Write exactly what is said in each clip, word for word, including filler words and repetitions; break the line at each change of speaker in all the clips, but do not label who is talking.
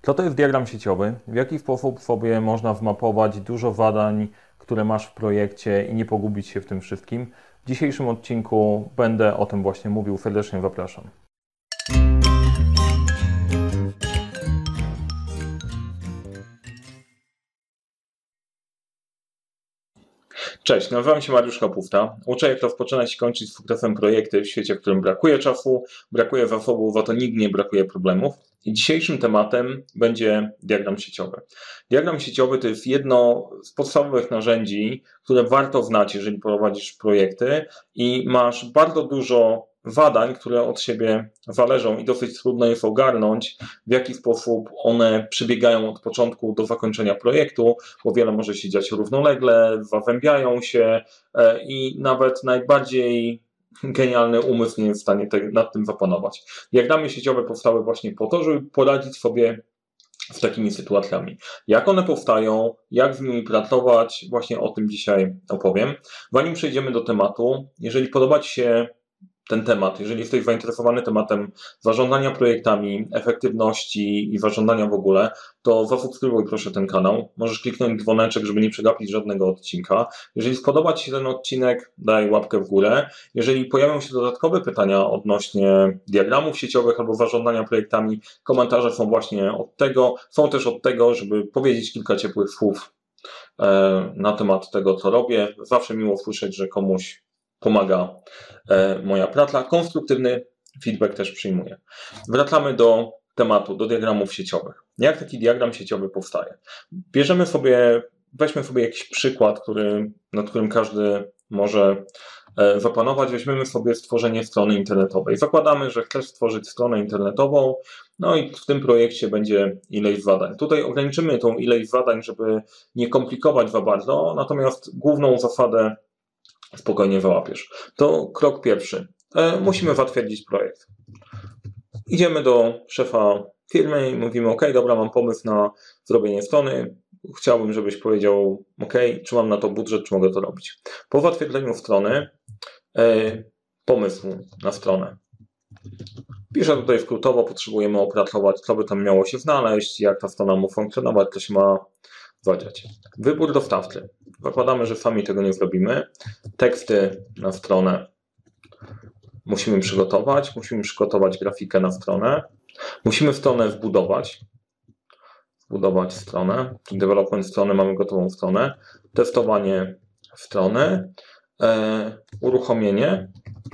Co to jest diagram sieciowy? W jaki sposób sobie można wmapować dużo zadań, które masz w projekcie i nie pogubić się w tym wszystkim? W dzisiejszym odcinku będę o tym właśnie mówił. Serdecznie zapraszam. Cześć, nazywam się Mariusz Kapufta. Uczę, jak rozpoczynać i kończyć z sukcesem projekty w świecie, w którym brakuje czasu, brakuje zasobów, a to nigdy nie brakuje problemów. I dzisiejszym tematem będzie diagram sieciowy. Diagram sieciowy to jest jedno z podstawowych narzędzi, które warto znać, jeżeli prowadzisz projekty i masz bardzo dużo zadań, które od siebie zależą i dosyć trudno jest ogarnąć, w jaki sposób one przebiegają od początku do zakończenia projektu, bo wiele może się dziać równolegle, zazębiają się i nawet najbardziej genialny umysł nie jest w stanie nad tym zapanować. Diagramy sieciowe powstały właśnie po to, żeby poradzić sobie z takimi sytuacjami. Jak one powstają, jak z nimi pracować, właśnie o tym dzisiaj opowiem. Zanim przejdziemy do tematu, jeżeli podoba Ci się ten temat, jeżeli jesteś zainteresowany tematem zarządzania projektami, efektywności i zarządzania w ogóle, to zasubskrybuj proszę ten kanał. Możesz kliknąć dzwoneczek, żeby nie przegapić żadnego odcinka. Jeżeli spodoba Ci się ten odcinek, daj łapkę w górę. Jeżeli pojawią się dodatkowe pytania odnośnie diagramów sieciowych albo zarządzania projektami, komentarze są właśnie od tego. Są też od tego, żeby powiedzieć kilka ciepłych słów na temat tego, co robię. Zawsze miło słyszeć, że komuś pomaga moja praca. Konstruktywny feedback też przyjmuję. Wracamy do tematu, do diagramów sieciowych. Jak taki diagram sieciowy powstaje? Bierzemy sobie, weźmy sobie jakiś przykład, który, nad którym każdy może zapanować. Weźmiemy sobie stworzenie strony internetowej. Zakładamy, że chcesz stworzyć stronę internetową, no i w tym projekcie będzie ileś zadań. Tutaj ograniczymy tą ileś zadań, żeby nie komplikować za bardzo, natomiast główną zasadę spokojnie załapiesz. To krok pierwszy. E, musimy zatwierdzić projekt. Idziemy do szefa firmy i mówimy: OK, dobra, mam pomysł na zrobienie strony. Chciałbym, żebyś powiedział: OK, czy mam na to budżet, czy mogę to robić. Po zatwierdzeniu strony, e, pomysłu na stronę. Piszę tutaj skrótowo, potrzebujemy opracować, co by tam miało się znaleźć, jak ta strona ma funkcjonować, co się ma zadziać. Wybór dostawcy. Zakładamy, że sami tego nie zrobimy. Teksty na stronę musimy przygotować. Musimy przygotować grafikę na stronę. Musimy stronę zbudować. Zbudować stronę. Czyli development strony, mamy gotową stronę. Testowanie strony. E, uruchomienie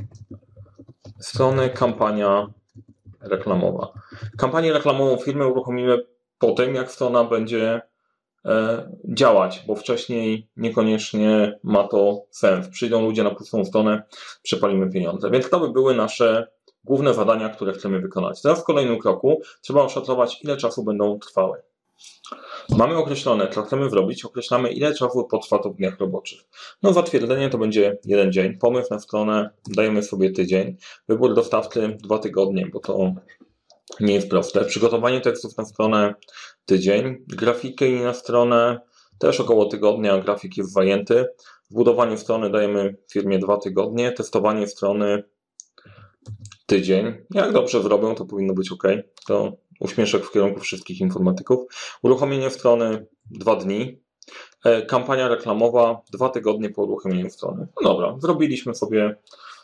strony, kampania reklamowa. Kampanię reklamową firmy uruchomimy po tym, jak strona będzie działać, bo wcześniej niekoniecznie ma to sens. Przyjdą ludzie na pustą stronę, przepalimy pieniądze. Więc to by były nasze główne zadania, które chcemy wykonać. Teraz w kolejnym kroku trzeba oszacować, ile czasu będą trwały. Mamy określone, co chcemy zrobić, określamy, ile czasu potrwa to w dniach roboczych. No zatwierdzenie to będzie jeden dzień, pomysł na stronę dajemy sobie tydzień, wybór dostawcy dwa tygodnie, bo to nie jest proste. Przygotowanie tekstów na stronę tydzień, grafiki na stronę też około tygodnia, grafik jest zajęty. Wbudowanie strony dajemy firmie dwa tygodnie, testowanie strony tydzień. Jak dobrze zrobią, to powinno być OK. To uśmieszek w kierunku wszystkich informatyków. Uruchomienie strony dwa dni. Kampania reklamowa dwa tygodnie po uruchomieniu strony. No dobra, zrobiliśmy sobie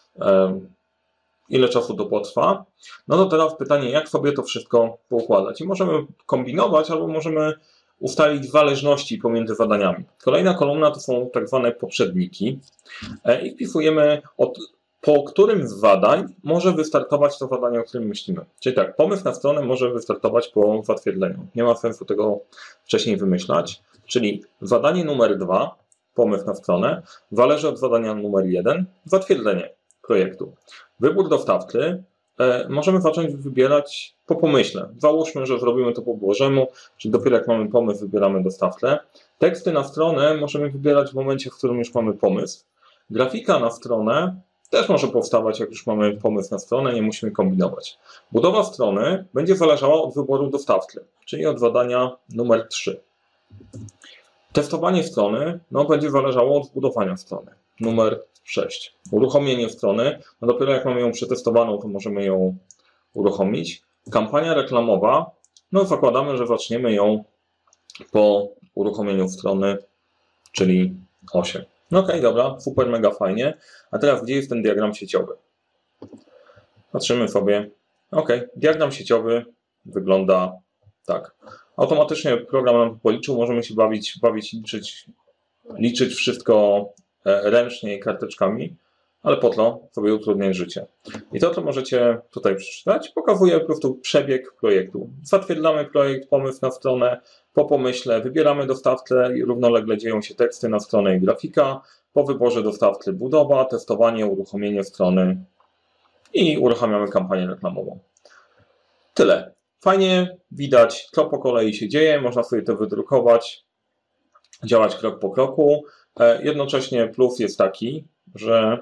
ile czasu to potrwa. No to teraz pytanie, jak sobie to wszystko poukładać. I możemy kombinować, albo możemy ustalić zależności pomiędzy zadaniami. Kolejna kolumna to są tak zwane poprzedniki i wpisujemy, od, po którym z zadań może wystartować to zadanie, o którym myślimy. Czyli tak, pomysł na stronę może wystartować po zatwierdzeniu. Nie ma sensu tego wcześniej wymyślać. Czyli zadanie numer dwa, pomysł na stronę, zależy od zadania numer jeden, zatwierdzenie projektu. Wybór dostawcy e, możemy zacząć wybierać po pomyśle. Załóżmy, że zrobimy to po Bożemu, czyli dopiero jak mamy pomysł, wybieramy dostawcę. Teksty na stronę możemy wybierać w momencie, w którym już mamy pomysł. Grafika na stronę też może powstawać, jak już mamy pomysł na stronę, nie musimy kombinować. Budowa strony będzie zależała od wyboru dostawcy, czyli od zadania numer trzy. Testowanie strony no, będzie zależało od zbudowania strony. Numer sześć. Uruchomienie strony, no dopiero jak mamy ją przetestowaną, to możemy ją uruchomić. Kampania reklamowa No zakładamy, że zaczniemy ją po uruchomieniu strony, czyli osiem. No okej, okay, dobra, super, mega fajnie. A teraz gdzie jest ten diagram sieciowy? Patrzymy sobie. Ok, diagram sieciowy wygląda tak. Automatycznie program nam policzył, możemy się bawić, bawić liczyć, liczyć wszystko ręcznie i karteczkami, ale po to sobie utrudniać życie. I to, co możecie tutaj przeczytać, pokazuje po prostu przebieg projektu. Zatwierdzamy projekt, pomysł na stronę, po pomyśle wybieramy dostawcę i równolegle dzieją się teksty na stronę i grafika. Po wyborze dostawcy budowa, testowanie, uruchomienie strony i uruchamiamy kampanię reklamową. Tyle. Fajnie widać, co po kolei się dzieje, można sobie to wydrukować, działać krok po kroku. Jednocześnie plus jest taki, że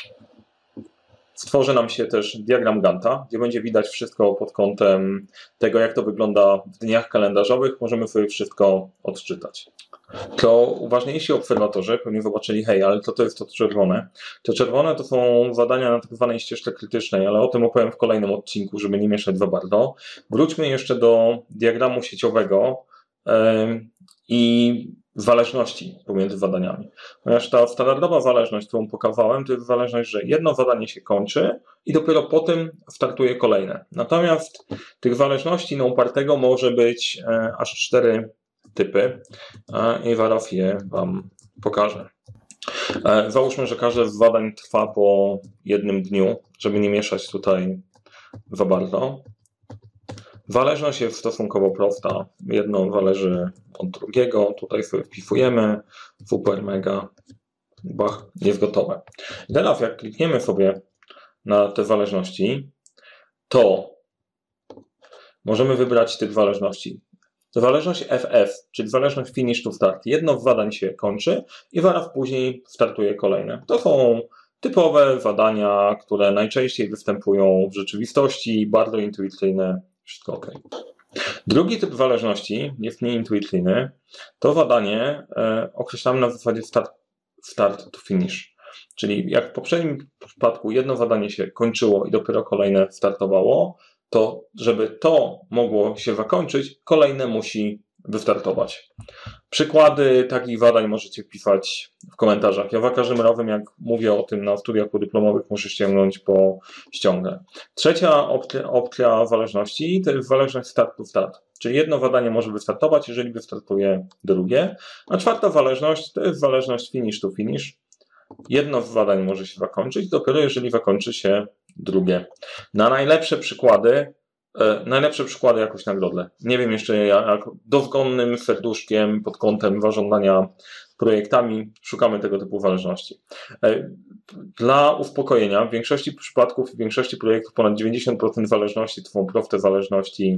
stworzy nam się też diagram Ganta, gdzie będzie widać wszystko pod kątem tego, jak to wygląda w dniach kalendarzowych. Możemy sobie wszystko odczytać. To uważniejsi obserwatorzy pewnie zobaczyli, hej, ale co to jest to czerwone? To czerwone to są zadania na tak zwanej ścieżce krytycznej, ale o tym opowiem w kolejnym odcinku, żeby nie mieszać za bardzo. Wróćmy jeszcze do diagramu sieciowego yy, i zależności pomiędzy zadaniami. Ponieważ ta standardowa zależność, którą pokazałem, to jest zależność, że jedno zadanie się kończy i dopiero po tym startuje kolejne. Natomiast tych zależności na upartego może być yy, aż cztery typy i zaraz je Wam pokażę. Załóżmy, że każde z zadań trwa po jednym dniu, żeby nie mieszać tutaj za bardzo. Zależność jest stosunkowo prosta. Jedno zależy od drugiego. Tutaj sobie wpisujemy. Super, mega. Bach, jest gotowe. I teraz jak klikniemy sobie na te zależności, to możemy wybrać typ zależności. Zależność F F, czyli zależność finish to start. Jedno z zadań się kończy i zaraz później startuje kolejne. To są typowe zadania, które najczęściej występują w rzeczywistości, bardzo intuicyjne, wszystko ok. Drugi typ zależności jest nieintuicyjny. To zadanie e, określamy na zasadzie start, start to finish. Czyli jak w poprzednim przypadku jedno zadanie się kończyło i dopiero kolejne startowało, to żeby to mogło się zakończyć, kolejne musi wystartować. Przykłady takich zadań możecie pisać w komentarzach. Ja za każdym razem, jak mówię o tym na studiach podyplomowych, muszę ściągnąć po ściągnę. Trzecia opcja, opcja zależności to jest zależność start to start. Czyli jedno zadanie może wystartować, jeżeli wystartuje drugie. A czwarta zależność to jest zależność finish to finish. Jedno z zadań może się zakończyć, dopiero jeżeli zakończy się drugie. Na najlepsze przykłady, e, najlepsze przykłady jakoś na Grodle. Nie wiem jeszcze jak dowgonnym serduszkiem pod kątem zarządzania projektami szukamy tego typu zależności. E, dla uspokojenia w większości przypadków, w większości projektów ponad dziewięćdziesiąt procent zależności to są proste zależności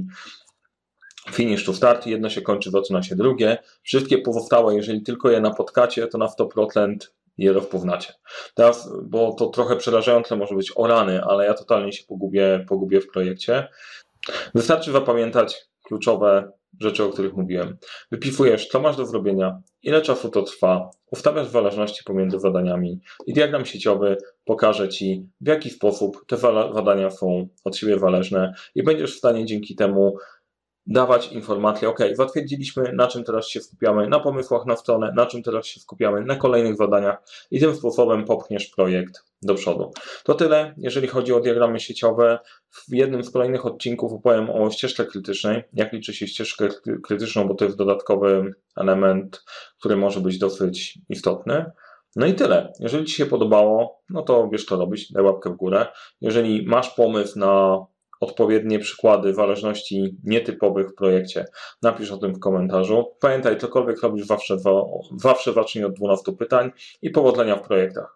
finish to start, jedno się kończy, zaczyna się drugie. Wszystkie pozostałe, jeżeli tylko je napotkacie, to na sto procent je rozpoznacie. Teraz, bo to trochę przerażające może być o rany, ale ja totalnie się pogubię, pogubię w projekcie. Wystarczy zapamiętać kluczowe rzeczy, o których mówiłem. Wypisujesz, co masz do zrobienia, ile czasu to trwa, ustawiasz zależności pomiędzy zadaniami i diagram sieciowy pokaże Ci, w jaki sposób te zadania są od siebie zależne i będziesz w stanie dzięki temu dawać informacje, ok, zatwierdziliśmy, na czym teraz się skupiamy, na pomysłach na stronę, na czym teraz się skupiamy, na kolejnych zadaniach i tym sposobem popchniesz projekt do przodu. To tyle, jeżeli chodzi o diagramy sieciowe. W jednym z kolejnych odcinków opowiem o ścieżce krytycznej, jak liczy się ścieżkę krytyczną, bo to jest dodatkowy element, który może być dosyć istotny. No i tyle. Jeżeli Ci się podobało, no to wiesz co robić, daj łapkę w górę. Jeżeli masz pomysł na odpowiednie przykłady zależności nietypowych w projekcie, napisz o tym w komentarzu. Pamiętaj, cokolwiek robisz, zawsze, zawsze zacznij od dwunastu pytań i powodzenia w projektach.